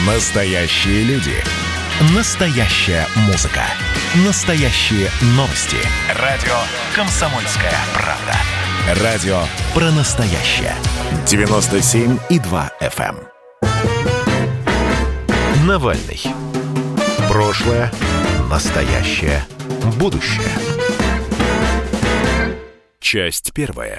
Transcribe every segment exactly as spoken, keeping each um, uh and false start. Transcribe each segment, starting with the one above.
Настоящие люди. Настоящая музыка. Настоящие новости. Радио «Комсомольская правда». Радио про настоящее. девяносто семь и два эф эм. Навальный. Прошлое, настоящее, будущее. Часть первая.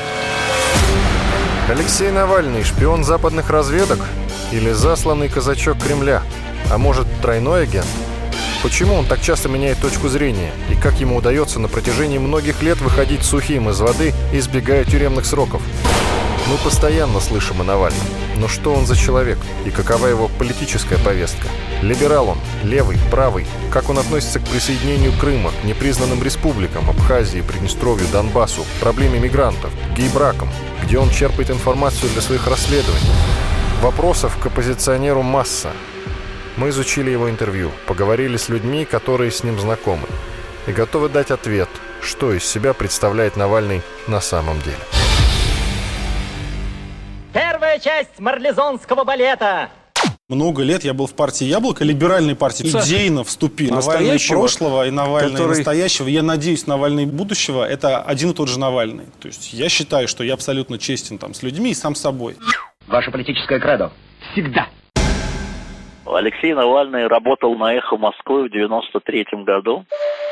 Алексей Навальный – шпион западных разведок? Или засланный казачок Кремля? А может, тройной агент? Почему он так часто меняет точку зрения? И как ему удается на протяжении многих лет выходить сухим из воды, избегая тюремных сроков? Мы постоянно слышим о Навальном. Но что он за человек? И какова его политическая повестка? Либерал он? Левый? Правый? Как он относится к присоединению Крыма, к непризнанным республикам, Абхазии, Приднестровью, Донбассу, к проблеме мигрантов, к гей-бракам? Где он черпает информацию для своих расследований? Вопросов к оппозиционеру масса. Мы изучили его интервью, поговорили с людьми, которые с ним знакомы, и готовы дать ответ, что из себя представляет Навальный на самом деле. Первая часть марлезонского балета. Много лет я был в партии «Яблоко», либеральной партии. Идейно вступил. Навальный прошлого и Навальный который... настоящего. Я надеюсь, Навальный будущего – это один и тот же Навальный. То есть я считаю, что я абсолютно честен там с людьми и сам собой. Ваше политическое кредо. Всегда. Алексей Навальный работал на «Эхо Москвы» в девяносто третьем году.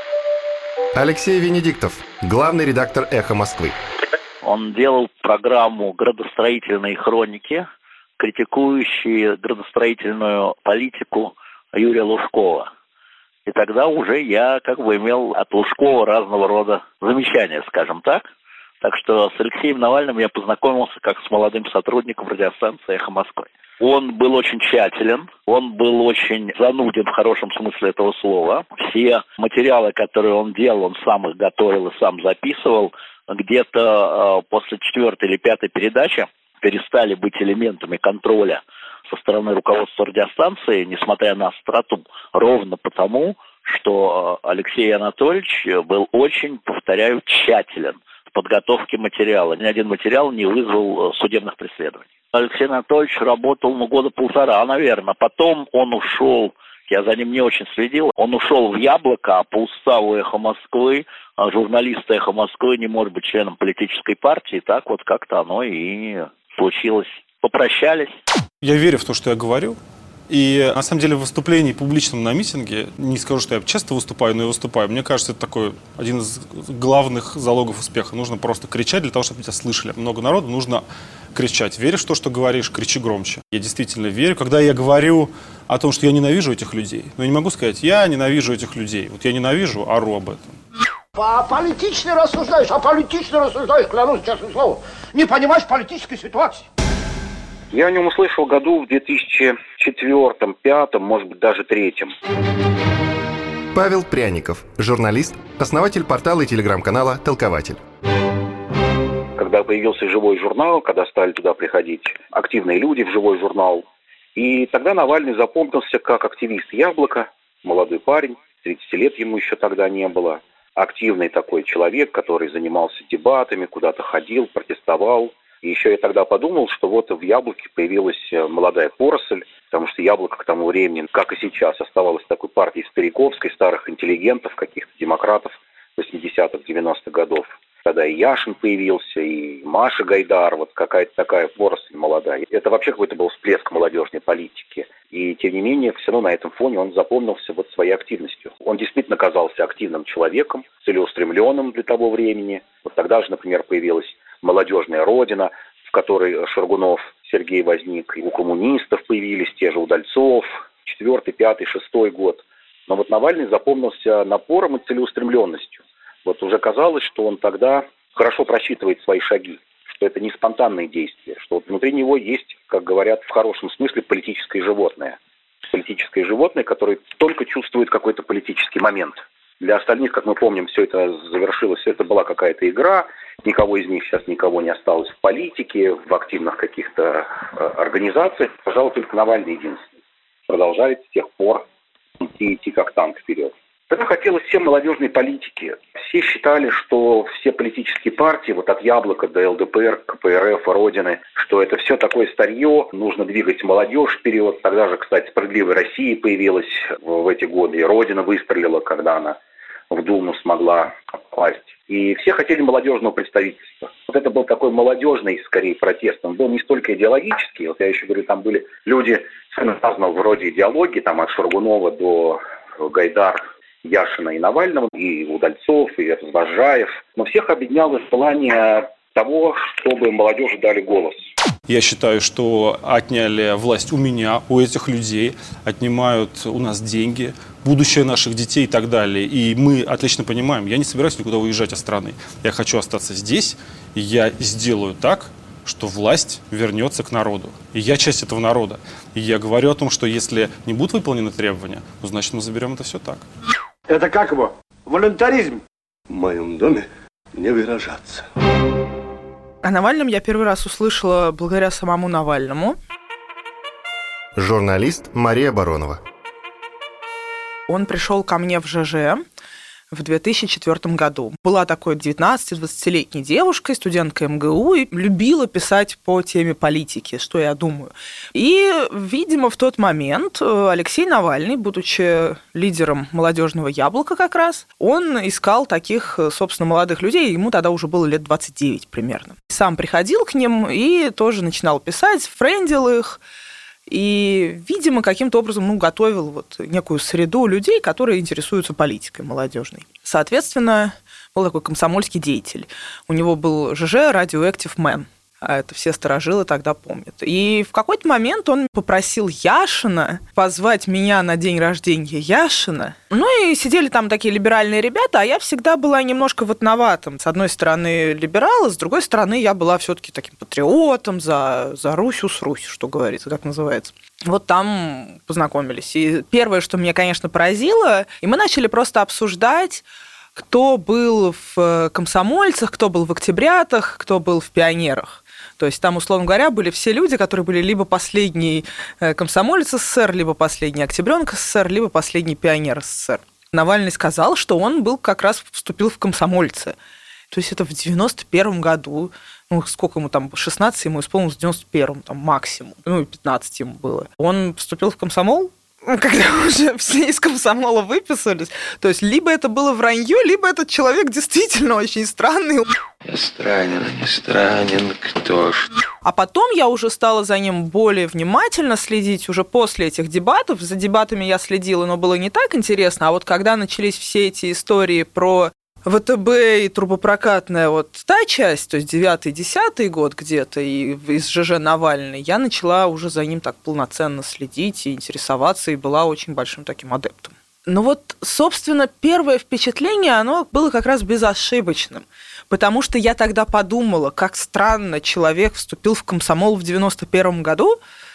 Алексей Венедиктов, главный редактор «Эхо Москвы». Он делал программу «Градостроительные хроники», критикующие градостроительную политику Юрия Лужкова. И тогда уже я как бы имел от Лужкова разного рода замечания, скажем так. Так что с Алексеем Навальным я познакомился как с молодым сотрудником радиостанции «Эхо Москвы». Он был очень тщателен, он был очень зануден в хорошем смысле этого слова. Все материалы, которые он делал, он сам их готовил и сам записывал. Где-то э, после четвертой или пятой передачи перестали быть элементами контроля со стороны руководства радиостанции, несмотря на остроту, ровно потому, что Алексей Анатольевич был очень, повторяю, тщателен в подготовке материала. Ни один материал не вызвал судебных преследований. Алексей Анатольевич работал, ну, года полтора, наверное. Потом он ушел, я за ним не очень следил, он ушел в «Яблоко», а по уставу «Эхо Москвы» журналист «Эхо Москвы» не может быть членом политической партии. Так вот как-то оно и случилось. Попрощались. Я верю в то, что я говорю. И на самом деле в выступлении публичном на митинге, не скажу, что я часто выступаю, но и выступаю. Мне кажется, это такой один из главных залогов успеха. Нужно просто кричать для того, чтобы тебя слышали. Много народу, нужно кричать. Веришь в то, что говоришь, кричи громче. Я действительно верю. Когда я говорю о том, что я ненавижу этих людей, но я не могу сказать, я ненавижу этих людей. Вот я ненавижу, ору об этом. А политично рассуждаешь, а политично рассуждаешь, клянусь честным словом. Не понимаешь политической ситуации. Я о нем услышал году в две тысячи четвёртом, пятом, может быть, даже третьем. Павел Пряников, журналист, основатель портала и телеграм-канала «Толкователь». Когда появился живой журнал, когда стали туда приходить активные люди в живой журнал, и тогда Навальный запомнился как активист «Яблока», молодой парень, тридцати лет ему еще тогда не было, активный такой человек, который занимался дебатами, куда-то ходил, протестовал. И еще я тогда подумал, что вот в «Яблоке» появилась молодая поросль, потому что «Яблоко» к тому времени, как и сейчас, оставалось такой партией стариковской, старых интеллигентов, каких-то демократов восьмидесятых, девяностых годов. Тогда и Яшин появился, и Маша Гайдар, вот какая-то такая поросль молодая. Это вообще какой-то был всплеск молодежной политики. И тем не менее, все равно на этом фоне он запомнился вот своей активностью. Он действительно казался активным человеком, целеустремленным для того времени. Вот тогда же, например, появилась «Молодежная Родина», в которой Шаргунов Сергей возник. И у коммунистов появились те же Удальцов, четвертый, пятый, шестой год. Но вот Навальный запомнился напором и целеустремленностью. Вот уже казалось, что он тогда хорошо просчитывает свои шаги, что это не спонтанные действия, что вот внутри него есть, как говорят в хорошем смысле, политическое животное. Политическое животное, которое только чувствует какой-то политический момент. Для остальных, как мы помним, все это завершилось, это была какая-то игра, никого из них сейчас никого не осталось в политике, в активных каких-то э, организациях. Пожалуй, только Навальный единственный продолжает с тех пор идти, идти как танк вперед. Тогда хотелось всем молодежной политики. Все считали, что все политические партии, вот от Яблока до эл дэ пэ эр, ка пэ эр эф, Родины, что это все такое старье, нужно двигать молодежь вперед. Тогда же, кстати, «Справедливая Россия» появилась в эти годы, и Родина выстрелила, когда она в Думу смогла попасть. И все хотели молодежного представительства. Вот это был такой молодежный, скорее, протест. Он был не столько идеологический. Вот я еще говорю, там были люди разного вроде идеологии, там от Шургунова до Гайдар, Яшина и Навального, и Удальцов, и Развожаев. Но всех объединяло желание того, чтобы молодежи дали голос. Я считаю, что отняли власть у меня, у этих людей, отнимают у нас деньги, будущее наших детей и так далее. И мы отлично понимаем, я не собираюсь никуда уезжать из страны. Я хочу остаться здесь, и я сделаю так, что власть вернется к народу. И я часть этого народа. И я говорю о том, что если не будут выполнены требования, то значит мы заберем это все так. Это как его? Волонтаризм? В моем доме не выражаться. О Навальном я первый раз услышала благодаря самому Навальному. Журналист Мария Баронова. Он пришел ко мне в жэ жэ в две тысячи четвёртом году. Была такой девятнадцати-двадцатилетней девушкой, студенткой эм гэ у, и любила писать по теме политики, что я думаю. И, видимо, в тот момент Алексей Навальный, будучи лидером молодежного «Яблока» как раз, он искал таких, собственно, молодых людей, ему тогда уже было лет двадцать девять примерно. Сам приходил к ним и тоже начинал писать, френдил их, и, видимо, каким-то образом ну, готовил вот некую среду людей, которые интересуются политикой молодежной. Соответственно, был такой комсомольский деятель. У него был жэ жэ «Radioactive Man». А это все старожилы тогда помнят. И в какой-то момент он попросил Яшина позвать меня на день рождения Яшина. Ну и сидели там такие либеральные ребята, а я всегда была немножко ватноватым. С одной стороны либерал, с другой стороны я была все-таки таким патриотом за, за Русью с Русь, что говорится, как называется. Вот там познакомились. И первое, что меня, конечно, поразило, и мы начали просто обсуждать, кто был в комсомольцах, кто был в октябрятах, кто был в пионерах. То есть там, условно говоря, были все люди, которые были либо последний комсомолец эс эс эс эр, либо последний октябренок эс эс эс эр, либо последний пионер эс эс эс эр. Навальный сказал, что он был как раз вступил в комсомольцы. То есть это в девяносто первом году. Ну, сколько ему там, шестнадцать ему исполнилось в девяносто первом, там, максимум. Ну, и пятнадцать ему было. Он вступил в комсомол, когда уже все из комсомола выписались. То есть либо это было вранье, либо этот человек действительно очень странный. Я странен, не странен, кто ж. А потом я уже стала за ним более внимательно следить уже после этих дебатов. За дебатами я следила, но было не так интересно. А вот когда начались все эти истории про вэ тэ бэ и трубопрокатная вот та часть, то есть девятый-десятый год где-то, и из жэ жэ Навальный, я начала уже за ним так полноценно следить и интересоваться, и была очень большим таким адептом. Но вот, собственно, первое впечатление, оно было как раз безошибочным, потому что я тогда подумала, как странно человек вступил в комсомол в девяносто первом году,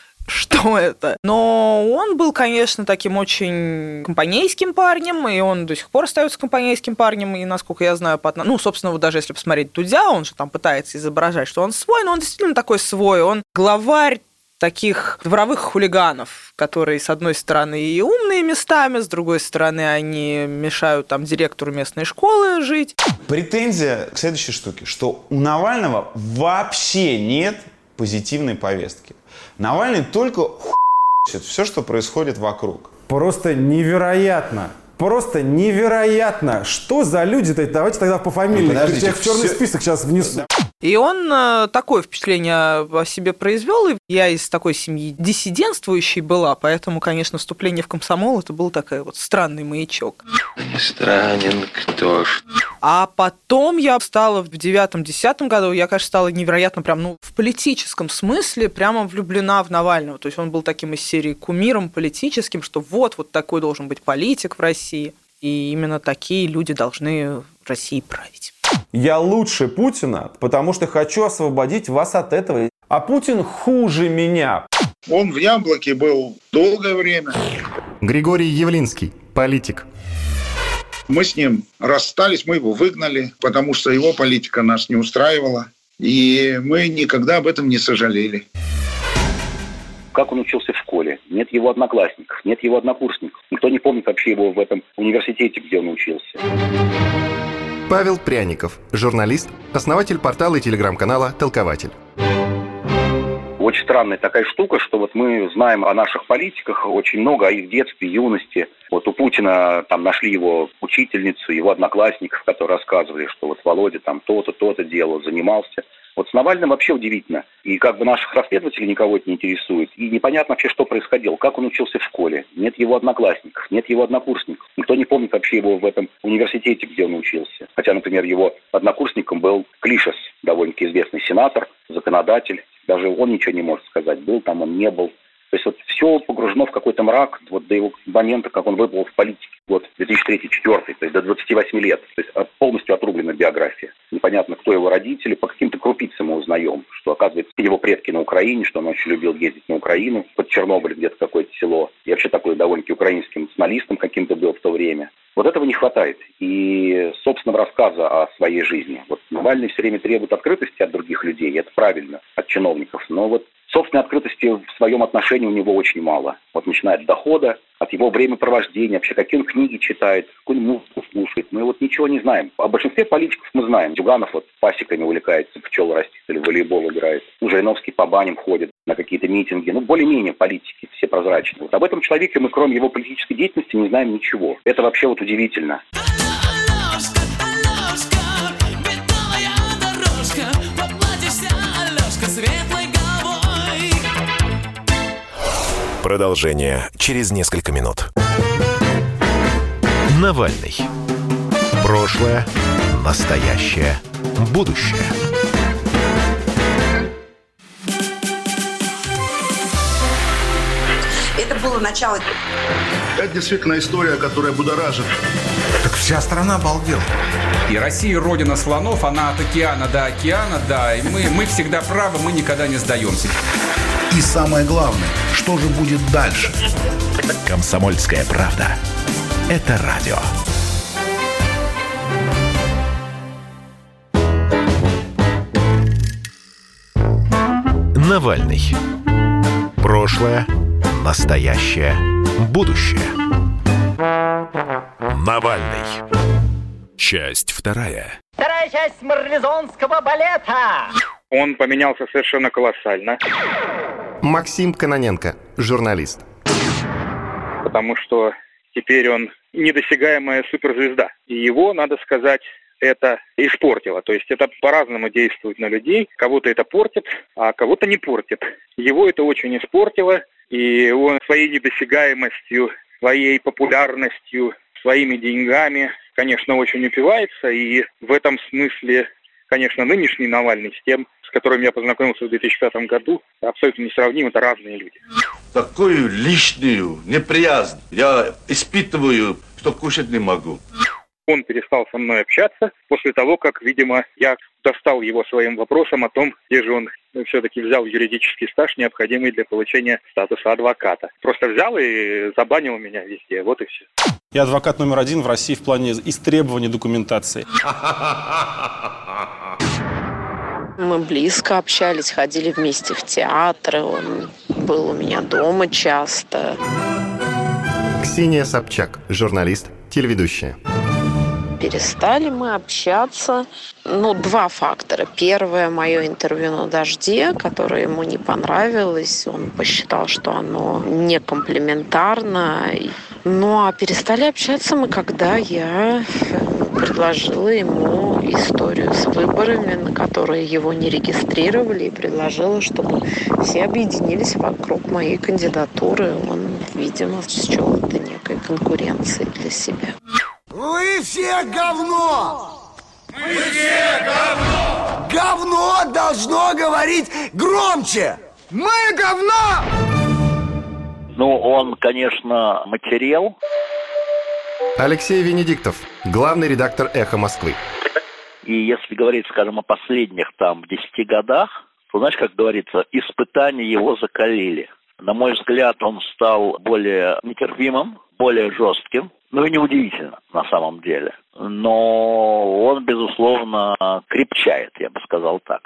что это? Но он был, конечно, таким очень компанейским парнем, и он до сих пор остается компанейским парнем, и, насколько я знаю, по... ну, собственно, вот даже если посмотреть Дудя, он же там пытается изображать, что он свой, но он действительно такой свой, он главарь таких дворовых хулиганов, которые, с одной стороны, и умные местами, с другой стороны, они мешают там директору местной школы жить. Претензия к следующей штуке, что у Навального вообще нет позитивной повестки. Навальный только хуй***ет все, что происходит вокруг. Просто невероятно. Просто невероятно. Что за люди-то? Давайте тогда по фамилии. Ну, я их в черный все... список сейчас внесу. И он э, такое впечатление о себе произвел, и я из такой семьи диссидентствующей была, поэтому, конечно, вступление в комсомол это был такой вот странный маячок. Не странен, кто ж. А потом я стала в девятом-десятом году, я, конечно, стала невероятно прям, ну, в политическом смысле прямо влюблена в Навального. То есть он был таким из серии кумиром политическим, что вот, вот такой должен быть политик в России. И именно такие люди должны в России править. Я лучше Путина, потому что хочу освободить вас от этого. А Путин хуже меня. Он в «Яблоке» был долгое время. Григорий Явлинский, политик. Мы с ним расстались, мы его выгнали, потому что его политика нас не устраивала. И мы никогда об этом не сожалели. как он учился в школе. Нет его одноклассников, нет его однокурсников. Никто не помнит вообще его в этом университете, где он учился. Павел Пряников, журналист, основатель портала и телеграм-канала «Толкователь». Очень странная такая штука, что вот мы знаем о наших политиках очень много, о их детстве, юности. Вот у Путина там нашли его учительницу, его одноклассников, которые рассказывали, что вот Володя там то-то, то-то делал, занимался. Вот с Навальным вообще удивительно. И как бы наших расследователей никого это не интересует. И непонятно вообще, что происходило, как он учился в школе. Нет его одноклассников, нет его однокурсников. Никто не помнит вообще его в этом университете, где он учился. Хотя, например, его однокурсником был Клишес, довольно-таки известный сенатор, законодатель. Даже он ничего не может сказать, был там он, не был. То есть вот все погружено в какой-то мрак вот до его момента, как он выплыл в политике. Вот две тысячи третий — две тысячи четвёртый, то есть до двадцати восьми лет. То есть полностью отрублена биография. Непонятно, кто его родители, по каким-то крупицам мы узнаем, что, оказывается, его предки на Украине, что он очень любил ездить на Украину, под Чернобыль где-то какое-то село. И вообще такой довольно-таки украинским националистом каким-то был в то время. Вот этого не хватает. И собственного рассказа о своей жизни. Вот Навальный все время требует открытости от других людей, и это правильно, от чиновников. Но вот собственной открытости в своем отношении у него очень мало. Вот начиная от дохода, от его времяпровождения, вообще какие он книги читает, какую музыку слушает. Мы вот ничего не знаем. О большинстве политиков мы знаем. Зюганов вот пасеками увлекается, пчел растит или в волейбол играет. Ну, Жириновский по баням ходит на какие-то митинги. Ну, более-менее политики все прозрачные. Вот об этом человеке мы, кроме его политической деятельности, не знаем ничего. Это вообще вот удивительно. Продолжение через несколько минут. Навальный. Прошлое, настоящее, будущее. Это было начало. Это действительно история, которая будоражит. Так вся страна обалдела. И Россия родина слонов, она от океана до океана, да. И мы, мы всегда правы, мы никогда не сдаемся. И самое главное, что же будет дальше? Комсомольская правда. Это радио. Навальный. Прошлое, настоящее, будущее. Навальный. Часть вторая. Вторая часть марлезонского балета. Он поменялся совершенно колоссально. Максим Кононенко, журналист. Потому что теперь он недосягаемая суперзвезда. И его, надо сказать, это испортило. То есть это по-разному действует на людей. Кого-то это портит, а кого-то не портит. Его это очень испортило. И он своей недосягаемостью, своей популярностью, своими деньгами, конечно, очень упивается. И в этом смысле, конечно, нынешний Навальный с тем, с которым я познакомился в две тысячи пятом году, абсолютно несравнимо, это разные люди. Такую лишнюю неприязнь я испытываю, что кушать не могу. Он перестал со мной общаться после того, как, видимо, я достал его своим вопросом о том, где же он все-таки взял юридический стаж, необходимый для получения статуса адвоката. Просто взял и забанил меня везде, вот и все. Я адвокат номер один в России в плане истребования документации. Мы близко общались, ходили вместе в театры, он был у меня дома часто. Ксения Собчак, журналист, телеведущая. Перестали мы общаться. Ну, два фактора. Первое, мое интервью на «Дожде», которое ему не понравилось. Он посчитал, что оно не комплиментарно. Ну, а перестали общаться мы, когда я предложила ему историю с выборами, на которые его не регистрировали, и предложила, чтобы все объединились вокруг моей кандидатуры. Он, видимо, счел это некой конкуренцией для себя. Вы все говно! Мы все говно! Говно должно говорить громче! Мы говно! Ну, он, конечно, материал. Алексей Венедиктов, главный редактор «Эхо Москвы». И если говорить, скажем, о последних там десяти годах, то, знаешь, как говорится, испытания его закалили. На мой взгляд, он стал более нетерпимым, более жестким. Ну и неудивительно, на самом деле. Но он, безусловно, крепчает, я бы сказал так.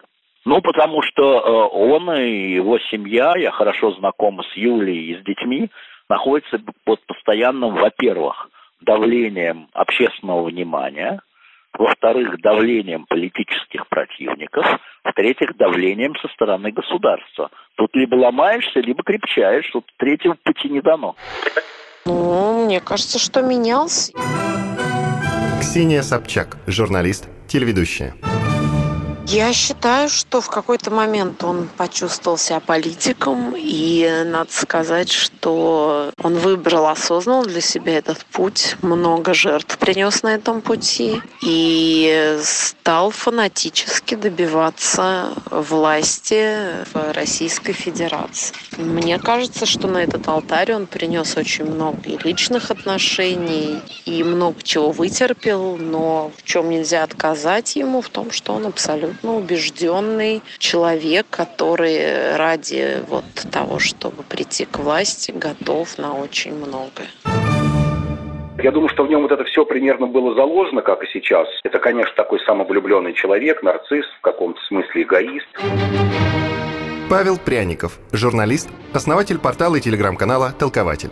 Ну, потому что э, он и его семья, я хорошо знакома с Юлией и с детьми, находятся под постоянным, во-первых, давлением общественного внимания, во-вторых, давлением политических противников, в-третьих, давлением со стороны государства. Тут либо ломаешься, либо крепчаешь, тут третьего пути не дано. Ну, мне кажется, что менялся. Ксения Собчак, журналист, телеведущая. Я считаю, что в какой-то момент он почувствовал себя политиком, и надо сказать, что он выбрал осознанно для себя этот путь, много жертв принес на этом пути, и стал фанатически добиваться власти в Российской Федерации. Мне кажется, что на этот алтарь он принес очень много и личных отношений, и много чего вытерпел, но в чем нельзя отказать ему, в том, что он абсолютно убежденный человек, который ради вот того, чтобы прийти к власти, готов на очень многое. Я думаю, что в нем вот это все примерно было заложено, как и сейчас. Это, конечно, такой самовлюбленный человек, нарцисс, в каком-то смысле эгоист. Павел Пряников, журналист, основатель портала и телеграм-канала «Толкователь».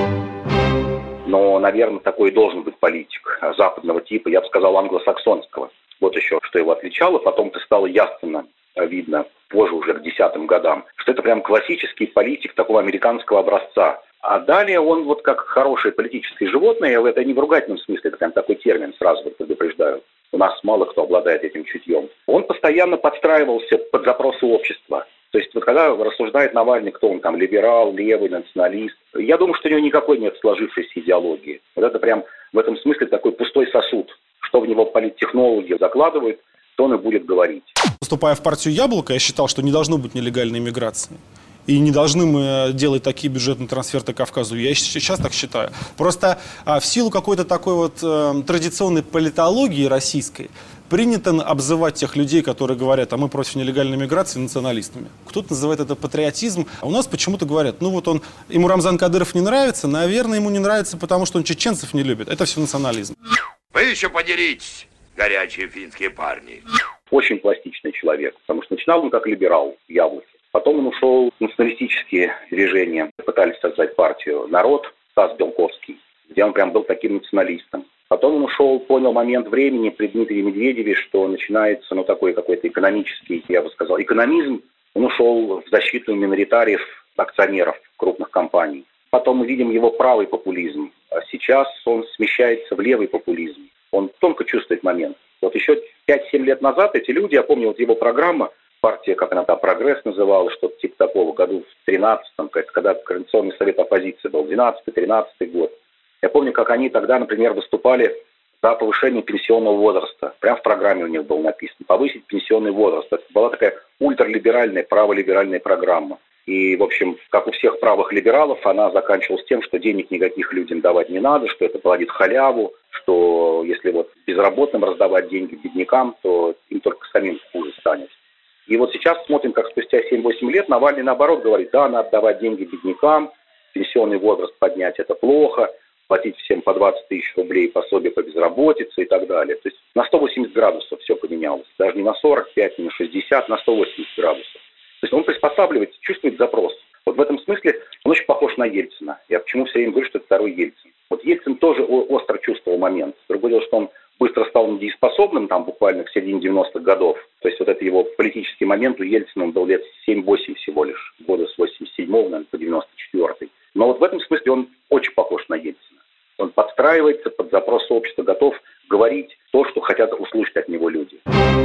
Но, наверное, такой должен быть политик западного типа, я бы сказал, англосаксонского. Вот еще, что его отличало. Потом-то стало явственно видно, позже уже к десятым годам, что это прям классический политик такого американского образца. А далее он вот как хорошее политическое животное, это не в ругательном смысле, это прям такой термин, сразу вот предупреждаю. У нас мало кто обладает этим чутьем. Он постоянно подстраивался под запросы общества. То есть вот когда рассуждает Навальный, кто он там, либерал, левый, националист, я думаю, что у него никакой нет сложившейся идеологии. Вот это прям в этом смысле такой пустой сосуд. Что в него политтехнологи закладывают, то он и будет говорить. Поступая в партию «Яблоко», я считал, что не должно быть нелегальной миграции. И не должны мы делать такие бюджетные трансферты Кавказу. Я сейчас так считаю. Просто а, в силу какой-то такой вот э, традиционной политологии российской принято обзывать тех людей, которые говорят, а мы против нелегальной миграции, националистами. Кто-то называет это патриотизм. А у нас почему-то говорят, ну вот он, ему Рамзан Кадыров не нравится, наверное, ему не нравится, потому что он чеченцев не любит. Это все национализм. Вы еще подеритесь, горячие финские парни. Очень пластичный человек, потому что начинал он как либерал в «Яблоке». Потом он ушел в националистические движения, пытались создать партию «Народ», Стас Белковский, где он прям был таким националистом. Потом он ушел, понял момент времени при Дмитрии Медведеве, что начинается, ну, такой какой-то экономический, я бы сказал, экономизм. Он ушел в защиту миноритариев, акционеров крупных компаний. Потом мы видим его правый популизм. А сейчас он смещается в левый популизм. Он тонко чувствует момент. Вот еще пять-семь лет назад эти люди, я помню, вот его программа, партия, как она там, «Прогресс» называлась, что-то типа такого, году в тринадцатом, когда Координационный совет оппозиции был, двенадцатый-тринадцатый год. Я помню, как они тогда, например, выступали за повышение пенсионного возраста. Прямо в программе у них было написано. Повысить пенсионный возраст. Это была такая ультралиберальная, праволиберальная программа. И, в общем, как у всех правых либералов, она заканчивалась тем, что денег никаких людям давать не надо, что это плодит халяву, что если вот безработным раздавать деньги беднякам, то им только самим хуже станет. И вот сейчас смотрим, как спустя семь-восемь лет Навальный, наоборот, говорит, да, надо давать деньги беднякам, пенсионный возраст поднять – это плохо, платить всем по двадцать тысяч рублей пособие по безработице и так далее. То есть на сто восемьдесят градусов все поменялось. Даже не на сорок пять, не на шестьдесят, на сто восемьдесят градусов. То есть он приспосабливается, чувствует запрос. Вот в этом смысле он очень похож на Ельцина. Я почему все время говорю, что это второй Ельцин. Вот Ельцин тоже остро чувствовал момент. Другое дело, что он быстро стал недееспособным, там буквально к середине девяностых годов. То есть вот это его политический момент у Ельцина, он был лет семь-восемь всего лишь. Года с восемьдесят седьмого, наверное, по девяносто четвёртый. Но вот в этом смысле он очень похож на Ельцина. Он подстраивается под запрос общества, готов говорить то, что хотят услышать от него люди.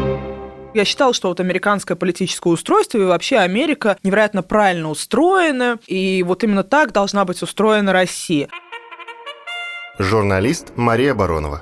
Я считала, что вот американское политическое устройство и вообще Америка невероятно правильно устроена, и вот именно так должна быть устроена Россия. Журналист Мария Баронова.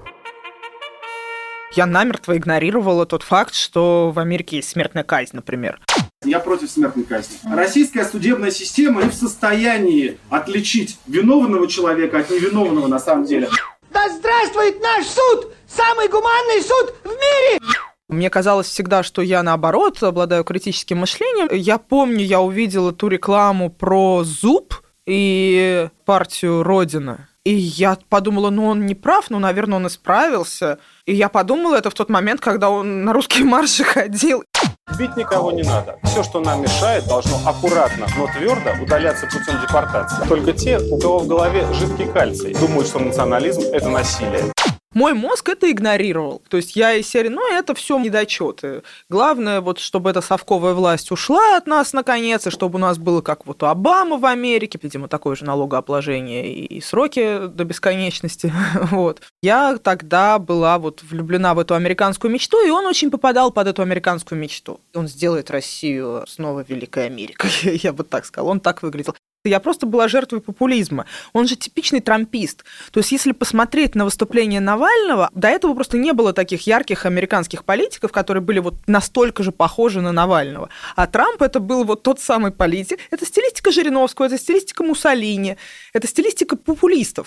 Я намертво игнорировала тот факт, что в Америке есть смертная казнь, например. Я против смертной казни. Российская судебная система не в состоянии отличить виновного человека от невиновного на самом деле. Да здравствует наш суд! Самый гуманный суд в мире! Мне казалось всегда, что я, наоборот, обладаю критическим мышлением. Я помню, я увидела ту рекламу про зуб и партию «Родина». И я подумала, ну он не прав, ну, наверное, он исправился. И я подумала это в тот момент, когда он на русские марши ходил. Бить никого не надо. Все, что нам мешает, должно аккуратно, но твердо удаляться путем депортации. Только те, у кого в голове жидкий кальций, думают, что национализм – это насилие. Мой мозг это игнорировал. То есть я из серии, ну, это все недочеты. Главное, вот, чтобы эта совковая власть ушла от нас, наконец, и чтобы у нас было, как вот у Обамы в Америке, видимо, такое же налогообложение и сроки до бесконечности. Вот. Я тогда была вот влюблена в эту американскую мечту, и он очень попадал под эту американскую мечту. Он сделает Россию снова Великой Америкой, я бы так сказала. Он так выглядел. Я просто была жертвой популизма. Он же типичный трампист. То есть, если посмотреть на выступление Навального, до этого просто не было таких ярких американских политиков, которые были вот настолько же похожи на Навального. А Трамп – это был вот тот самый политик. Это стилистика Жириновского, это стилистика Муссолини, это стилистика популистов.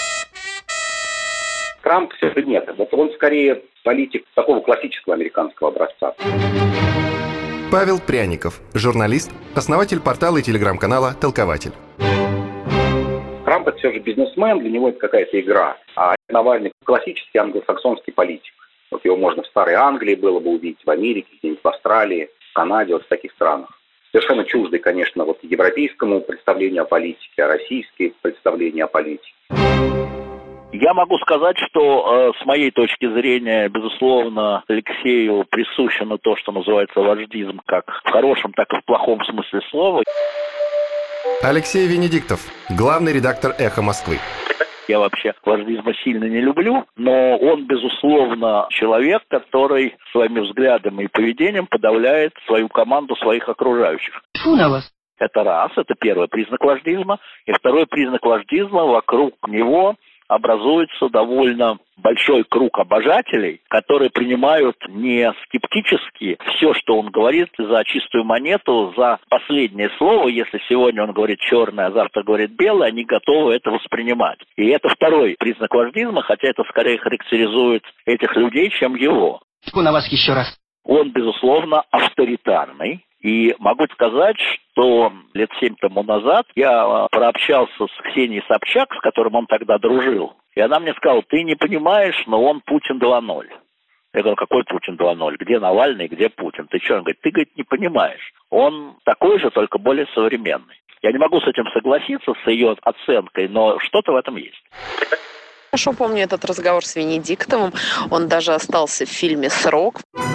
Трамп все же нет. Вот он скорее политик такого классического американского образца. Павел Пряников, журналист, основатель портала и телеграм-канала «Толкователь». Трамп – это все же бизнесмен, для него это какая-то игра. А Навальный – классический англосаксонский политик. Вот его можно в Старой Англии было бы увидеть, в Америке, где-нибудь в Австралии, в Канаде, вот в таких странах. Совершенно чуждый, конечно, вот европейскому представлению о политике, а российские представления о политике. Я могу сказать, что э, с моей точки зрения, безусловно, Алексею присуще то, что называется вождизм, как в хорошем, так и в плохом смысле слова. Алексей Венедиктов, главный редактор «Эхо Москвы». Я вообще вождизма сильно не люблю, но он, безусловно, человек, который своими взглядами и поведением подавляет свою команду, своих окружающих. Фу на вас. Это раз, это первый признак вождизма. И второй признак вождизма: вокруг него образуется довольно большой круг обожателей, которые принимают не скептически все, что он говорит, за чистую монету, за последнее слово. Если сегодня он говорит черное, а завтра говорит белое, они готовы это воспринимать. И это второй признак вождизма, хотя это скорее характеризует этих людей, чем его. Тьфу на вас еще раз. Он, безусловно, авторитарный. И могу сказать, что лет семь тому назад я прообщался с Ксенией Собчак, с которым он тогда дружил. И она мне сказала: ты не понимаешь, но он Путин два ноль. Я говорю: какой Путин два ноль? Где Навальный, где Путин? Ты что? Он говорит: ты, говорит, не понимаешь. Он такой же, только более современный. Я не могу с этим согласиться, с ее оценкой, но что-то в этом есть. Хорошо помню этот разговор с Венедиктовым. Он даже остался в фильме «Срок».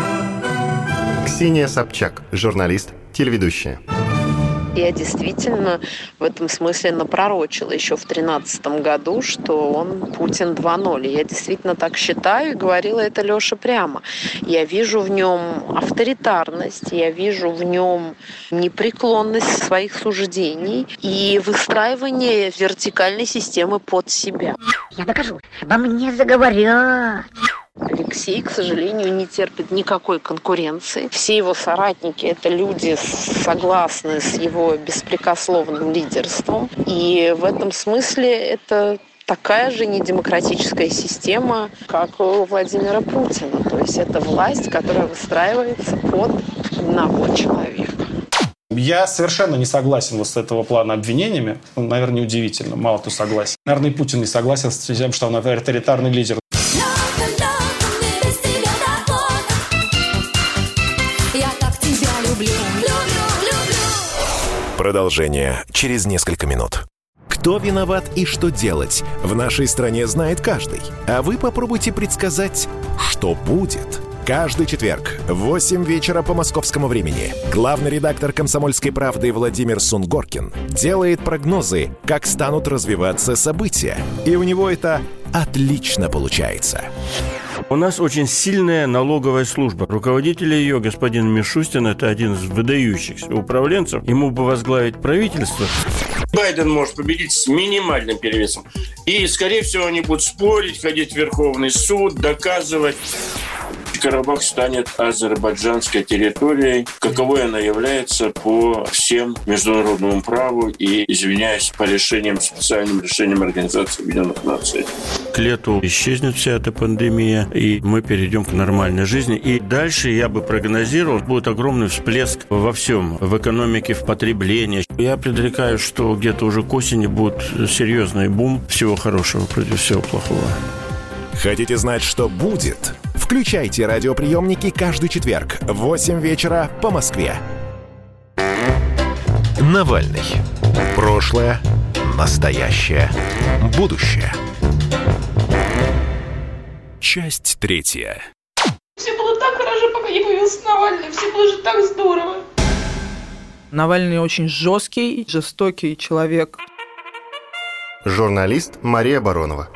Ксения Собчак, журналист, телеведущая. Я действительно в этом смысле напророчила еще в тринадцатом году, что он Путин два ноль. Я действительно так считаю, и говорила это Лёше прямо. Я вижу в нем авторитарность, я вижу в нем непреклонность своих суждений и выстраивание вертикальной системы под себя. Я докажу. Обо мне заговорят. Алексей, к сожалению, не терпит никакой конкуренции. Все его соратники – это люди, согласные с его беспрекословным лидерством. И в этом смысле это такая же недемократическая система, как у Владимира Путина. То есть это власть, которая выстраивается под одного человека. Я совершенно не согласен вот с этого плана обвинениями. Ну, наверное, неудивительно, мало кто согласен. Наверное, и Путин не согласен с тем, что он авторитарный лидер. Продолжение через несколько минут. Кто виноват и что делать, в нашей стране знает каждый. А вы попробуйте предсказать, что будет. Каждый четверг в восемь вечера по московскому времени главный редактор «Комсомольской правды» Владимир Сунгоркин делает прогнозы, как станут развиваться события. И у него это отлично получается. У нас очень сильная налоговая служба. Руководитель ее, господин Мишустин, это один из выдающихся управленцев. Ему бы возглавить правительство. Байден может победить с минимальным перевесом. И, скорее всего, они будут спорить, ходить в Верховный суд, доказывать. Карабах станет азербайджанской территорией, каковой она является по всем международному праву и, извиняюсь, по решениям, специальным решениям Организации Объединенных Наций. К лету исчезнет вся эта пандемия, и мы перейдем к нормальной жизни. И дальше, я бы прогнозировал, будет огромный всплеск во всем, в экономике, в потреблении. Я предрекаю, что где-то уже к осени будет серьезный бум всего хорошего против всего плохого. Хотите знать, что будет? Включайте радиоприемники каждый четверг в восемь вечера по Москве. Навальный. Прошлое, настоящее, будущее. Часть третья. Все было так хорошо, пока не появился Навальный. Все было же так здорово. Навальный очень жесткий, жестокий человек. Журналист Мария Баронова.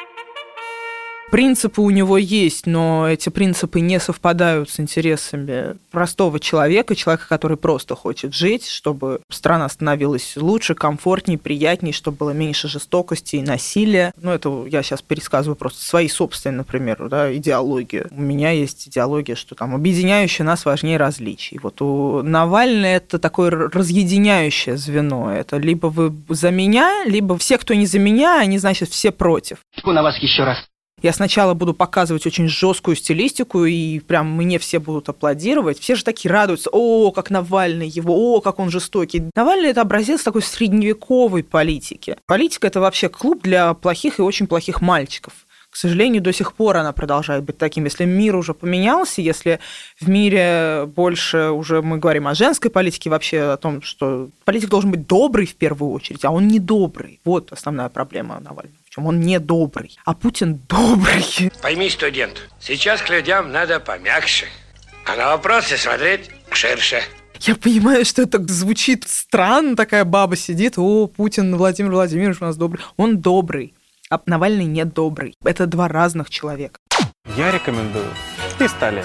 Принципы у него есть, но эти принципы не совпадают с интересами простого человека, человека, который просто хочет жить, чтобы страна становилась лучше, комфортнее, приятнее, чтобы было меньше жестокости и насилия. Ну, это я сейчас пересказываю просто свои собственные, например, да, идеологии. У меня есть идеология, что там объединяющее нас важнее различий. Вот у Навального это такое разъединяющее звено. Это либо вы за меня, либо все, кто не за меня, они, значит, все против. На вас еще раз. Я сначала буду показывать очень жесткую стилистику, и прям мне все будут аплодировать. Все же такие радуются. О, как Навальный его, о, как он жестокий. Навальный – это образец такой средневековой политики. Политика – это вообще клуб для плохих и очень плохих мальчиков. К сожалению, до сих пор она продолжает быть таким. Если мир уже поменялся, если в мире больше уже мы говорим о женской политике, вообще о том, что политик должен быть добрый в первую очередь, а он не добрый. Вот основная проблема Навального. Причем он не добрый, а Путин добрый. Пойми, студент, сейчас к людям надо помягче, а на вопросы смотреть ширше. Я понимаю, что это звучит странно, такая баба сидит, о, Путин, Владимир Владимирович у нас добрый. Он добрый, а Навальный не добрый. Это два разных человека. Я рекомендую пистолет.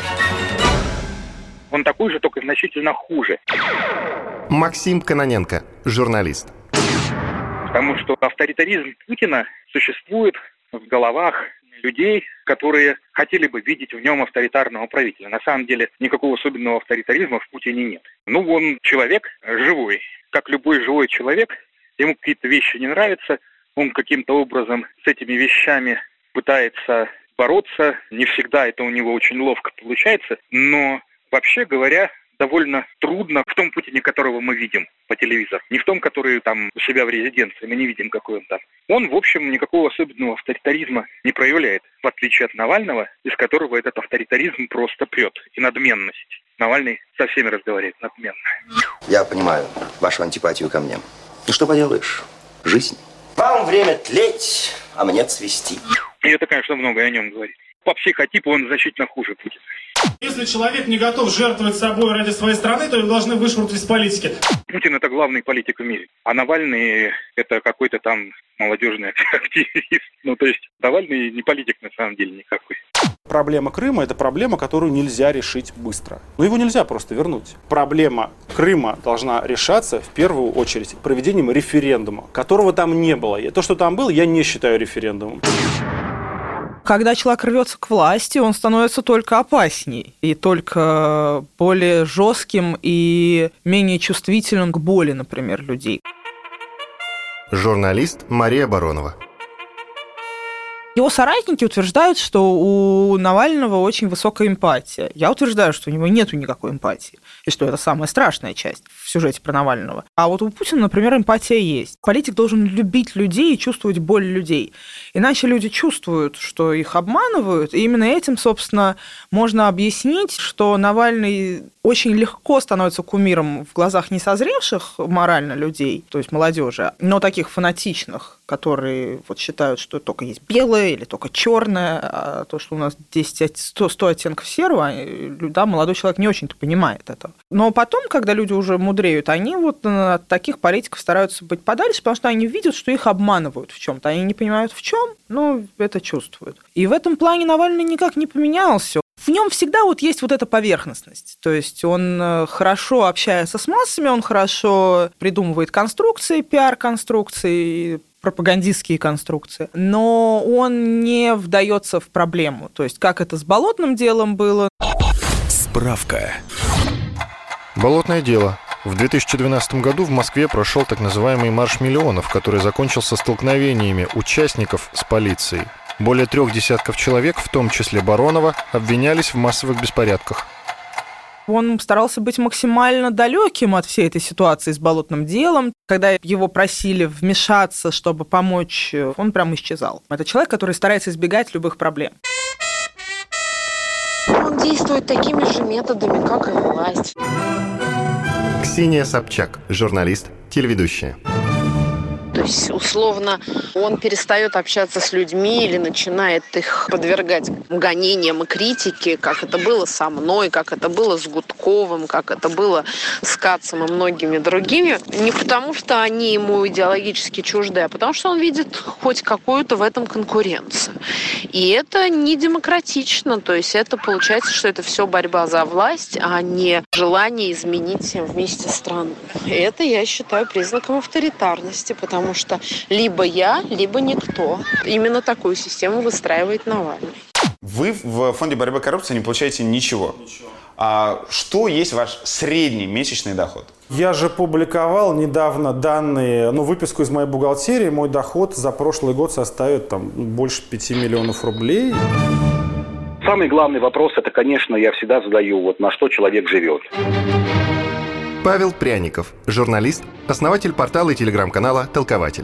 Он такой же, только значительно хуже. Максим Кононенко, журналист. Потому что авторитаризм Путина существует в головах людей, которые хотели бы видеть в нем авторитарного правителя. На самом деле никакого особенного авторитаризма в Путине нет. Ну, он человек живой. Как любой живой человек, ему какие-то вещи не нравятся, он каким-то образом с этими вещами пытается бороться. Не всегда это у него очень ловко получается, но, вообще говоря, довольно трудно в том Путине, которого мы видим по телевизору. Не в том, который там у себя в резиденции, мы не видим, какой он там. Он, в общем, никакого особенного авторитаризма не проявляет, в отличие от Навального, из которого этот авторитаризм просто прет. И надменность. Навальный со всеми разговаривает надменно. Я понимаю вашу антипатию ко мне. Ну что поделаешь? Жизнь. Вам время тлеть, а мне цвести. И это, конечно, многое о нем говорит. По психотипу он значительно хуже Путина. Если человек не готов жертвовать собой ради своей страны, то его должны вышвырнуть из политики. Путин – это главный политик в мире, а Навальный – это какой-то там молодежный активист. Ну, то есть Навальный не политик на самом деле никакой. Проблема Крыма – это проблема, которую нельзя решить быстро. Но его нельзя просто вернуть. Проблема Крыма должна решаться в первую очередь проведением референдума, которого там не было. И то, что там было, я не считаю референдумом. Когда человек рвется к власти, он становится только опасней и только более жестким и менее чувствительным к боли, например, людей. Журналист Мария Баронова. Его соратники утверждают, что у Навального очень высокая эмпатия. Я утверждаю, что у него нет никакой эмпатии, и что это самая страшная часть в сюжете про Навального. А вот у Путина, например, эмпатия есть. Политик должен любить людей и чувствовать боль людей. Иначе люди чувствуют, что их обманывают, и именно этим, собственно, можно объяснить, что Навальный очень легко становится кумиром в глазах несозревших морально людей, то есть молодежи, но таких фанатичных, которые вот считают, что только есть белое или только черное, а то, что у нас десять, сто, сто оттенков серого, да, молодой человек не очень-то понимает этого. Но потом, когда люди уже мудреют, они вот от таких политиков стараются быть подальше, потому что они видят, что их обманывают в чем-то. Они не понимают в чем, но это чувствуют. И в этом плане Навальный никак не поменялся. в нем всегда вот есть вот эта поверхностность. То есть он хорошо общается с массами, он хорошо придумывает конструкции, пиар-конструкции, пропагандистские конструкции, но он не вдается в проблему. То есть как это с болотным делом было. Справка. Болотное дело. В две тысячи двенадцатом году в Москве прошел так называемый «Марш миллионов», который закончился столкновениями участников с полицией. Более трех десятков человек, в том числе Баронова, обвинялись в массовых беспорядках. Он старался быть максимально далеким от всей этой ситуации с болотным делом. Когда его просили вмешаться, чтобы помочь, он прям исчезал. Это человек, который старается избегать любых проблем. Он действует такими же методами, как и власть. Ксения Собчак, журналист, телеведущая. То есть, условно, он перестает общаться с людьми или начинает их подвергать гонениям и критике, как это было со мной, как это было с Гудковым, как это было с Кацем и многими другими. Не потому, что они ему идеологически чужды, а потому, что он видит хоть какую-то в этом конкуренцию. И это не демократично. То есть, это получается, что это все борьба за власть, а не желание изменить всем вместе страну. И это, я считаю, признаком авторитарности, потому что либо я, либо никто. Именно такую систему выстраивает Навальный. Вы в Фонде борьбы с коррупцией не получаете ничего. ничего. А что есть ваш средний месячный доход? Я же публиковал недавно данные, ну, выписку из моей бухгалтерии. Мой доход за прошлый год составит там больше пяти миллионов рублей. Самый главный вопрос, это, конечно, я всегда задаю, вот на что человек живет. Павел Пряников, журналист, основатель портала и телеграм-канала «Толкователь».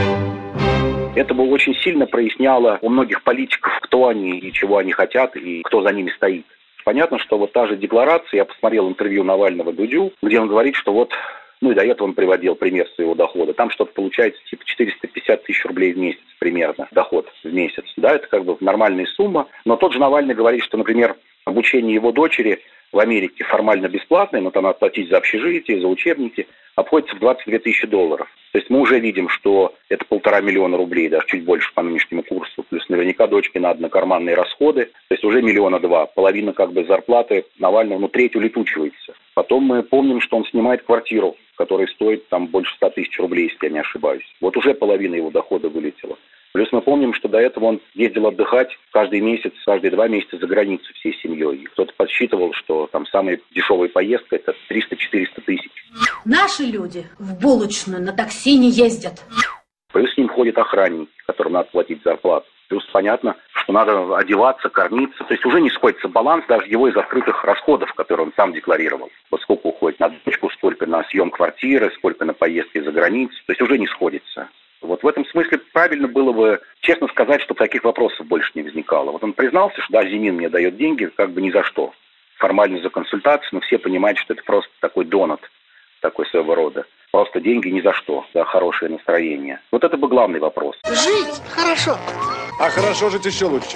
Это бы очень сильно проясняло у многих политиков, кто они и чего они хотят, и кто за ними стоит. Понятно, что вот та же декларация, я посмотрел интервью Навального Дудю, где он говорит, что вот, ну и до этого он приводил пример своего дохода, там что-то получается типа четыреста пятьдесят тысяч рублей в месяц примерно, доход в месяц. Да, это как бы нормальная сумма, но тот же Навальный говорит, что, например, обучение его дочери в Америке формально бесплатное, но там надо платить за общежитие, за учебники, обходится в двадцать две тысячи долларов. То есть мы уже видим, что это полтора миллиона рублей, даже чуть больше по нынешнему курсу. Плюс наверняка дочке надо на карманные расходы. То есть уже миллиона два. Половина как бы зарплаты Навального, ну треть улетучивается. Потом мы помним, что он снимает квартиру, которая стоит там больше ста тысяч рублей, если я не ошибаюсь. Вот уже половина его дохода вылетела. Плюс мы помним, что до этого он ездил отдыхать каждый месяц, каждые два месяца за границу всей семьей. И кто-то подсчитывал, что там самая дешевая поездка – это триста-четыреста тысяч. Наши люди в булочную на такси не ездят. Плюс с ним ходят охранники, которым надо платить зарплату. Плюс понятно, что надо одеваться, кормиться. То есть уже не сходится баланс даже его из открытых расходов, которые он сам декларировал. Вот сколько уходит на дочку, сколько на съем квартиры, сколько на поездки за границу. То есть уже не сходится. Вот в этом смысле правильно было бы честно сказать, чтобы таких вопросов больше не возникало. Вот он признался, что да, Зимин мне дает деньги как бы ни за что. Формально за консультацию, но все понимают, что это просто такой донат, такой своего рода. Просто деньги ни за что, за хорошее настроение. Вот это бы главный вопрос. Жить хорошо. А хорошо жить еще лучше.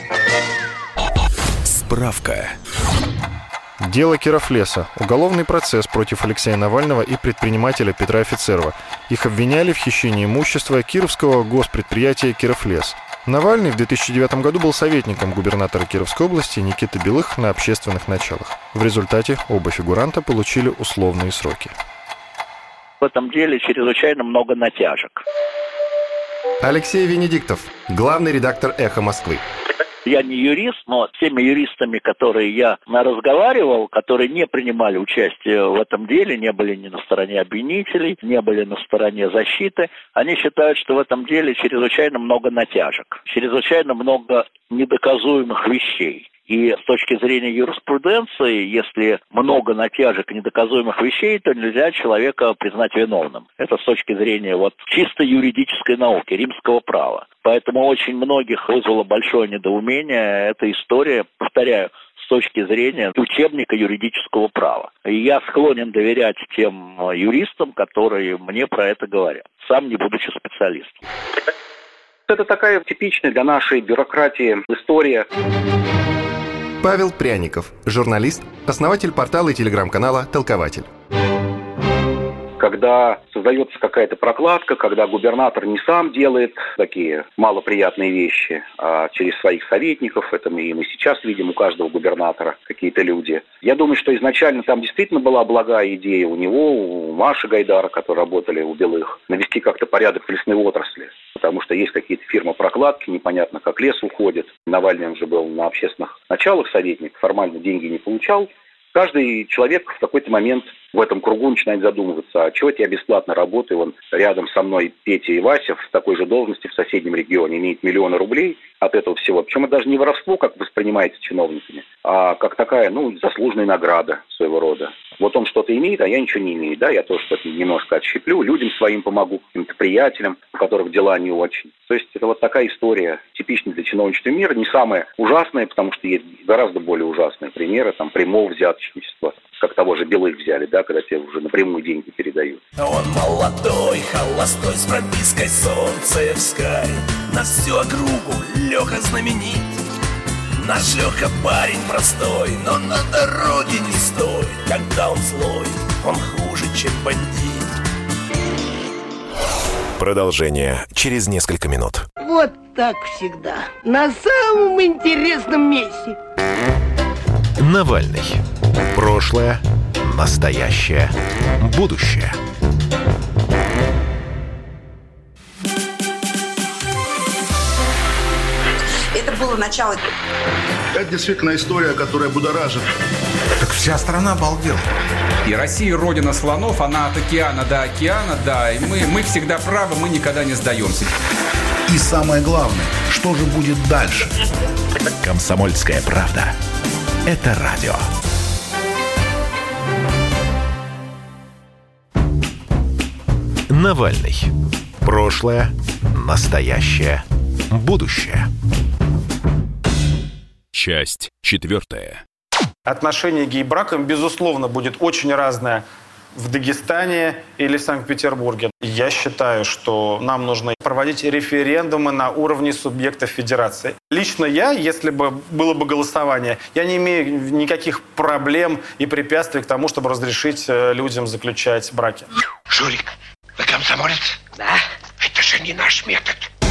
Справка. Дело Кировлеса. Уголовный процесс против Алексея Навального и предпринимателя Петра Офицерова. Их обвиняли в хищении имущества кировского госпредприятия «Кировлес». Навальный в две тысячи девятом году был советником губернатора Кировской области Никиты Белых на общественных началах. В результате оба фигуранта получили условные сроки. В этом деле чрезвычайно много натяжек. Алексей Венедиктов, главный редактор «Эхо Москвы». Я не юрист, но теми юристами, которые я разговаривал, которые не принимали участие в этом деле, не были ни на стороне обвинителей, не были на стороне защиты, они считают, что в этом деле чрезвычайно много натяжек, чрезвычайно много недоказуемых вещей. И с точки зрения юриспруденции, если много натяжек и недоказуемых вещей, то нельзя человека признать виновным. Это с точки зрения вот чисто юридической науки, римского права. Поэтому очень многих вызвало большое недоумение эта история, повторяю, с точки зрения учебника юридического права. И я склонен доверять тем юристам, которые мне про это говорят, сам не будучи специалистом. Это такая типичная для нашей бюрократии история. Павел Пряников, журналист, основатель портала и телеграм-канала «Толкователь». когда создается какая-то прокладка, когда губернатор не сам делает такие малоприятные вещи, а через своих советников, это мы и мы сейчас видим у каждого губернатора какие-то люди. Я думаю, что изначально там действительно была благая идея у него, у Маши Гайдара, которые работали у Белых, навести как-то порядок в лесной отрасли, потому что есть какие-то фирмы прокладки, непонятно, как лес уходит. Навальный, он же был на общественных началах советник, формально деньги не получал. Каждый человек в какой-то момент в этом кругу начинает задумываться, а чего я бесплатно работаю, он рядом со мной Петя и Вася в такой же должности в соседнем регионе имеет миллионы рублей от этого всего. Причем это даже не воровство, как воспринимается чиновниками, а как такая, ну, заслуженная награда своего рода. Вот он что-то имеет, а я ничего не имею, да, я тоже что-то немножко отщеплю, людям своим помогу, каким-то приятелям, у которых дела не очень. То есть это вот такая история, типичная для чиновничества мира, не самая ужасная, потому что есть гораздо более ужасные примеры, там, прямого взяточничества, как того же Белых взяли, да, когда тебе уже напрямую деньги передают. Он молодой, холостой, с пропиской солнцевской, на всю округу Леха знаменит. Наш Леха парень простой, но на дороге не стой. Когда он злой, он хуже, чем бандит. Продолжение через несколько минут. Вот так всегда. На самом интересном месте. Навальный. Прошлое, настоящее, будущее. Это было начало. Это действительно история, которая будоражит. Так вся страна обалдела. И Россия родина слонов, она от океана до океана, да. И мы, мы всегда правы, мы никогда не сдаемся. И самое главное, что же будет дальше? Комсомольская правда. Это радио. Навальный. Прошлое, настоящее, будущее. Часть четвертая. Отношение к гей-бракам, безусловно, будет очень разное в Дагестане или Санкт-Петербурге. Я считаю, что нам нужно проводить референдумы на уровне субъектов федерации. Лично я, если бы было бы голосование, я не имею никаких проблем и препятствий к тому, чтобы разрешить людям заключать браки. Шурик, вы комсомолец? Да. Это же не наш метод.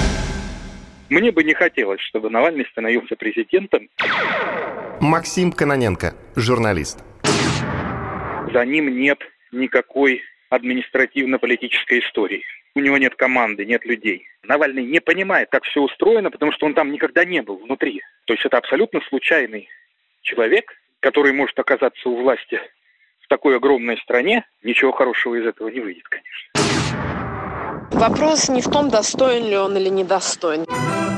Мне бы не хотелось, чтобы Навальный становился президентом. Максим Кононенко, журналист. За ним нет никакой административно-политической истории. У него нет команды, нет людей. Навальный не понимает, как все устроено, потому что он там никогда не был внутри. То есть это абсолютно случайный человек, который может оказаться у власти в такой огромной стране. Ничего хорошего из этого не выйдет, конечно. Вопрос не в том, достоин ли он или недостоин.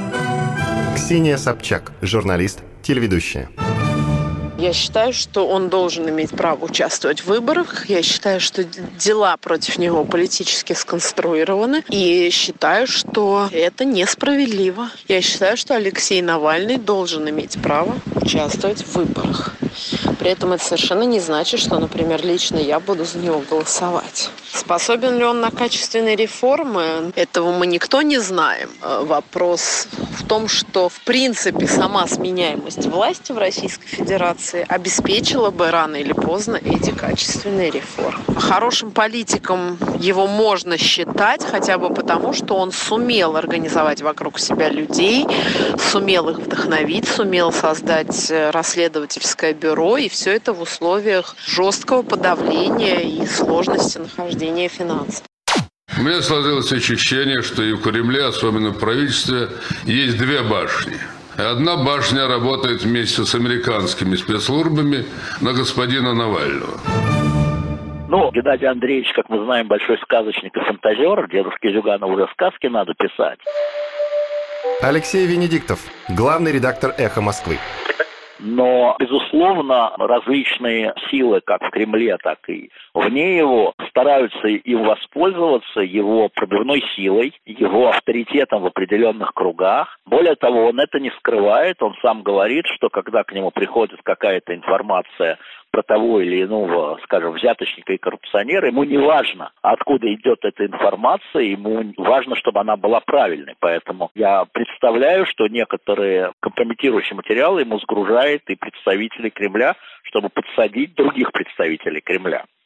Ксения Собчак, журналист, телеведущая. Я считаю, что он должен иметь право участвовать в выборах. Я считаю, что дела против него политически сконструированы. И считаю, что это несправедливо. Я считаю, что Алексей Навальный должен иметь право участвовать в выборах. При этом это совершенно не значит, что, например, лично я буду за него голосовать. Способен ли он на качественные реформы? Этого мы никто не знаем. Вопрос в том, что, в принципе, сама сменяемость власти в Российской Федерации обеспечила бы рано или поздно эти качественные реформы. Хорошим политиком его можно считать хотя бы потому, что он сумел организовать вокруг себя людей, сумел их вдохновить, сумел создать расследовательское бюро, и все это в условиях жесткого подавления и сложности нахождения финансов. У меня сложилось ощущение, что и в Кремле, особенно в правительстве, есть две башни. Одна башня работает вместе с американскими спецслужбами на господина Навального. Ну, Геннадий Андреевич, как мы знаем, большой сказочник и фантазер. Дедушке Зюганову уже сказки надо писать. Алексей Венедиктов, главный редактор «Эхо Москвы». Но, безусловно, различные силы, как в Кремле, так и вне его, стараются им воспользоваться его пробивной силой, его авторитетом в определенных кругах. Более того, он это не скрывает, он сам говорит, что когда к нему приходит какая-то информация про того или иного, скажем, взяточника и коррупционера, ему не важно, откуда идет эта информация, ему важно, чтобы она была правильной. Поэтому я представляю, что некоторые компрометирующие материалы ему сгружают и представители Кремля, чтобы подсадить других представителей Кремля.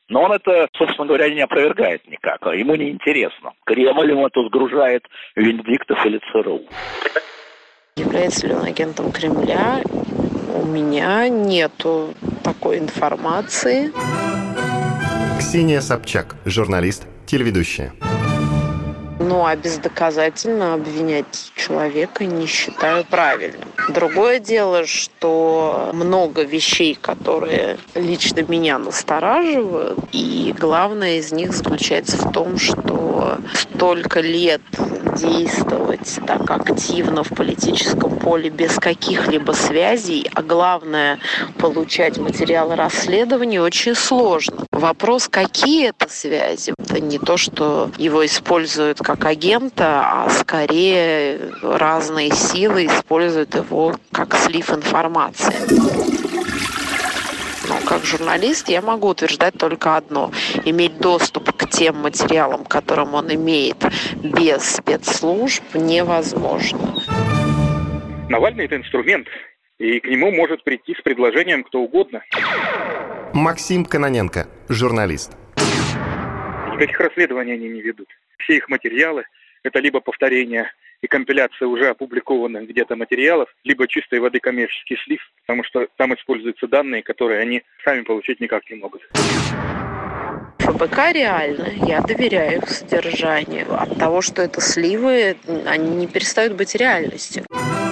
Но он это, собственно говоря, не опровергает никак. Ему не интересно. Кремль ему это сгружает Венедиктов или ЦРУ. Является ли он агентом Кремля? У меня нету такой информации. Ксения Собчак, журналист, телеведущая. Ну, а бездоказательно обвинять человека не считаю правильным. Другое дело, что много вещей, которые лично меня настораживают, и главное из них заключается в том, что столько лет действовать так активно в политическом поле без каких-либо связей, а главное получать материалы расследования, очень сложно. Вопрос, какие это связи, это не то, что его используют как агента, а скорее разные силы используют его как слив информации. Но как журналист я могу утверждать только одно. Иметь доступ к тем материалам, которым он имеет без спецслужб, невозможно. Навальный – это инструмент, и к нему может прийти с предложением кто угодно. Максим Кононенко, журналист. Никаких расследований они не ведут. Все их материалы – это либо повторение и компиляция уже опубликованных где-то материалов, либо чистой воды коммерческий слив, потому что там используются данные, которые они сами получить никак не могут. ФБК реально, я доверяю их содержанию. От того, что это сливы, они не перестают быть реальностью.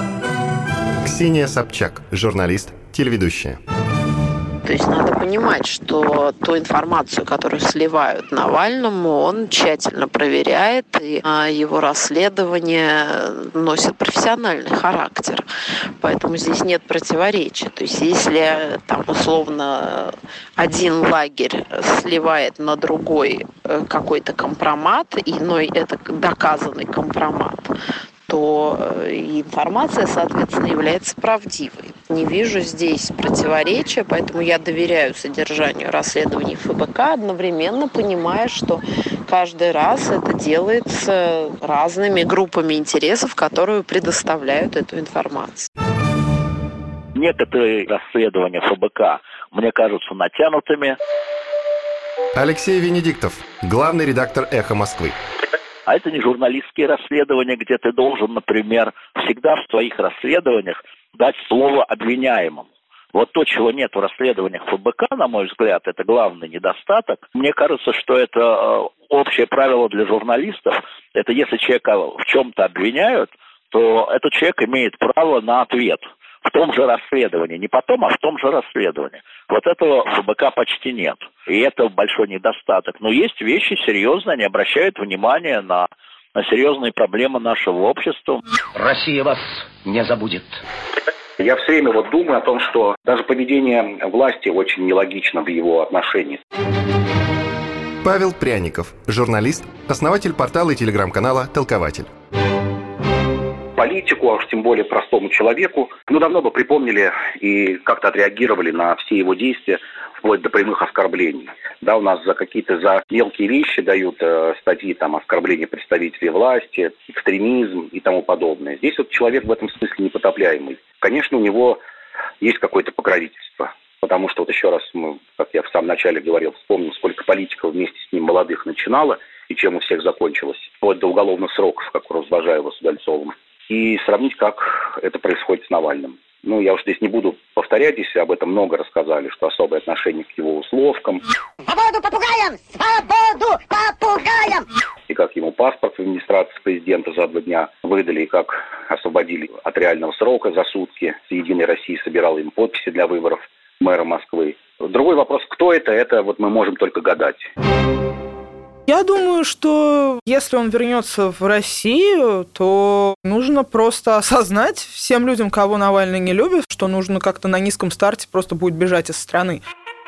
Ксения Собчак, журналист, телеведущая. То есть надо понимать, что ту информацию, которую сливают Навальному, он тщательно проверяет, и его расследование носит профессиональный характер. Поэтому здесь нет противоречия. То есть если там условно один лагерь сливает на другой какой-то компромат, но это доказанный компромат, то и информация, соответственно, является правдивой. Не вижу здесь противоречия, поэтому я доверяю содержанию расследований ФБК, одновременно понимая, что каждый раз это делается разными группами интересов, которые предоставляют эту информацию. Некоторые расследования ФБК мне кажутся натянутыми. Алексей Венедиктов, главный редактор «Эхо Москвы». А это не журналистские расследования, где ты должен, например, всегда в своих расследованиях дать слово обвиняемому. Вот то, чего нет в расследованиях ФБК, на мой взгляд, это главный недостаток. Мне кажется, что это общее правило для журналистов. Это если человека в чем-то обвиняют, то этот человек имеет право на ответ в том же расследовании. Не потом, а в том же расследовании. Вот этого в ФБК почти нет. И это большой недостаток. Но есть вещи серьезные, они обращают внимание на, на серьезные проблемы нашего общества. Россия вас не забудет. Я все время вот думаю о том, что даже поведение власти очень нелогично в его отношении. Павел Пряников, журналист, основатель портала и телеграм-канала «Толкователь». Политику, а уж тем более простому человеку, ну, давно бы припомнили и как-то отреагировали на все его действия, вплоть до прямых оскорблений. Да, у нас за какие-то за мелкие вещи дают э, статьи, там, оскорбления представителей власти, экстремизм и тому подобное. Здесь вот человек в этом смысле непотопляемый. Конечно, у него есть какое-то покровительство. Потому что, вот еще раз, мы, как я в самом начале говорил, вспомним, сколько политиков вместе с ним молодых начинало, и чем у всех закончилось, вплоть до уголовных сроков, как у Развожаева с Удальцовым. И сравнить, как это происходит с Навальным. Ну, я уж здесь не буду повторять, здесь об этом много рассказали, что особое отношение к его условкам. Свободу попугаям! Свободу попугаям! И как ему паспорт в администрации президента за два дня выдали, и как освободили от реального срока за сутки. С «Единой России» собирал им подписи для выборов мэра Москвы. Другой вопрос, кто это, это вот мы можем только гадать. Я думаю, что если он вернется в Россию, то нужно просто осознать всем людям, кого Навальный не любит, что нужно как-то на низком старте просто будет бежать из страны.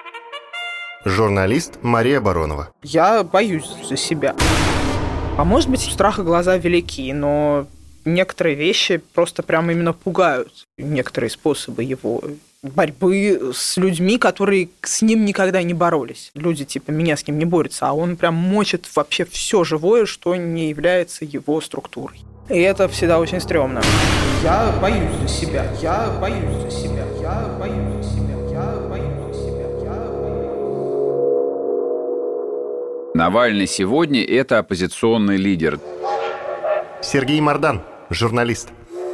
Журналист Мария Баронова. Я боюсь за себя. А может быть, страха глаза велики, но некоторые вещи просто прямо именно пугают. Некоторые способы его борьбы с людьми, которые с ним никогда не боролись. Люди типа меня с ним не борются, а он прям мочит вообще все живое, что не является его структурой. И это всегда очень стрёмно. Я боюсь за себя, я боюсь за себя, я боюсь за себя, я боюсь за себя, я боюсь. Навальный сегодня – это оппозиционный лидер. Сергей Мардан, журналист.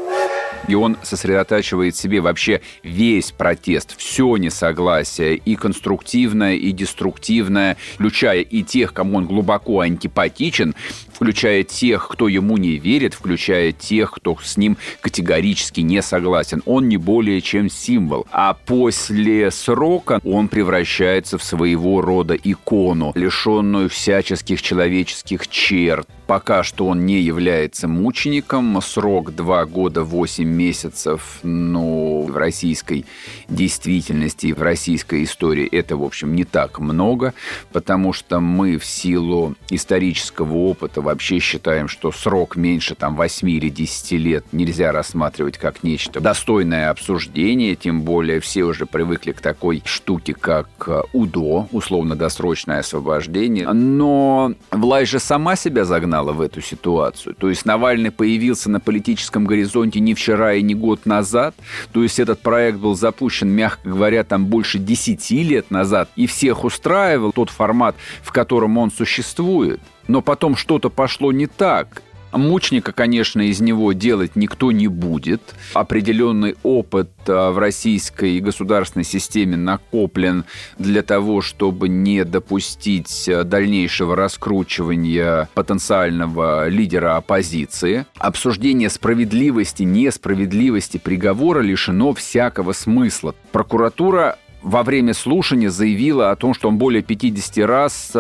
И он сосредотачивает в себе вообще весь протест, все несогласие, и конструктивное, и деструктивное, включая и тех, кому он глубоко антипатичен, включая тех, кто ему не верит, включая тех, кто с ним категорически не согласен. Он не более чем символ. А после срока он превращается в своего рода икону, лишенную всяческих человеческих черт. Пока что он не является мучеником. Срок два года восемь месяцев, но в российской действительности, в российской истории это, в общем, не так много, потому что мы в силу исторического опыта вообще считаем, что срок меньше там восьми или десяти лет нельзя рассматривать как нечто достойное обсуждения, тем более все уже привыкли к такой штуке, как УДО, условно-досрочное освобождение. Но власть же сама себя загнала в эту ситуацию. То есть Навальный появился на политическом горизонте не вчера и не год назад. То есть этот проект был запущен, мягко говоря, там больше десяти лет назад. И всех устраивал тот формат, в котором он существует. Но потом что-то пошло не так. Мученика, конечно, из него делать никто не будет. Определенный опыт в российской государственной системе накоплен для того, чтобы не допустить дальнейшего раскручивания потенциального лидера оппозиции. Обсуждение справедливости, несправедливости приговора лишено всякого смысла. Прокуратура во время слушания заявила о том, что он более пятидесяти раз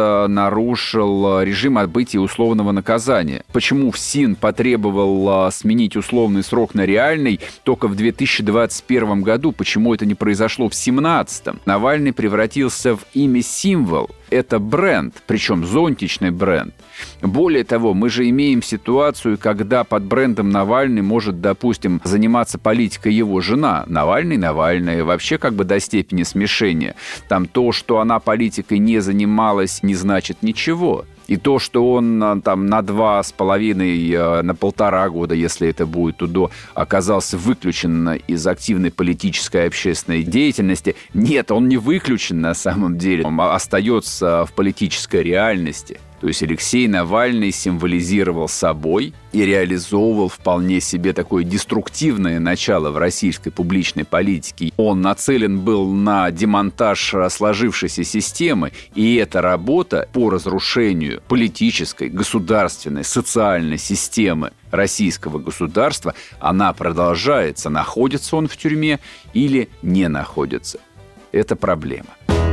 нарушил режим отбытия условного наказания. Почему ФСИН потребовал сменить условный срок на реальный только в две тысячи двадцать первом году? Почему это не произошло в две тысячи семнадцатом? Навальный превратился в имя-символ. Это бренд, причем зонтичный бренд. Более того, мы же имеем ситуацию, когда под брендом Навальный может, допустим, заниматься политикой его жена. Навальный, Навальная, вообще как бы до степени смешения. Там то, что она политикой не занималась, не значит ничего. И то, что он там на два с половиной, на полтора года, если это будет УДО, оказался выключен из активной политической и общественной деятельности. Нет, он не выключен на самом деле. Он остается в политической реальности. То есть Алексей Навальный символизировал собой и реализовывал вполне себе такое деструктивное начало в российской публичной политике. Он нацелен был на демонтаж сложившейся системы, и эта работа по разрушению политической, государственной, социальной системы российского государства, она продолжается. Находится он в тюрьме или не находится. Это проблема.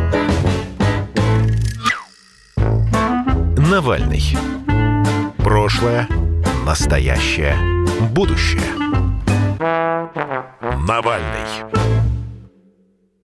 Навальный. Прошлое, настоящее, будущее. Навальный.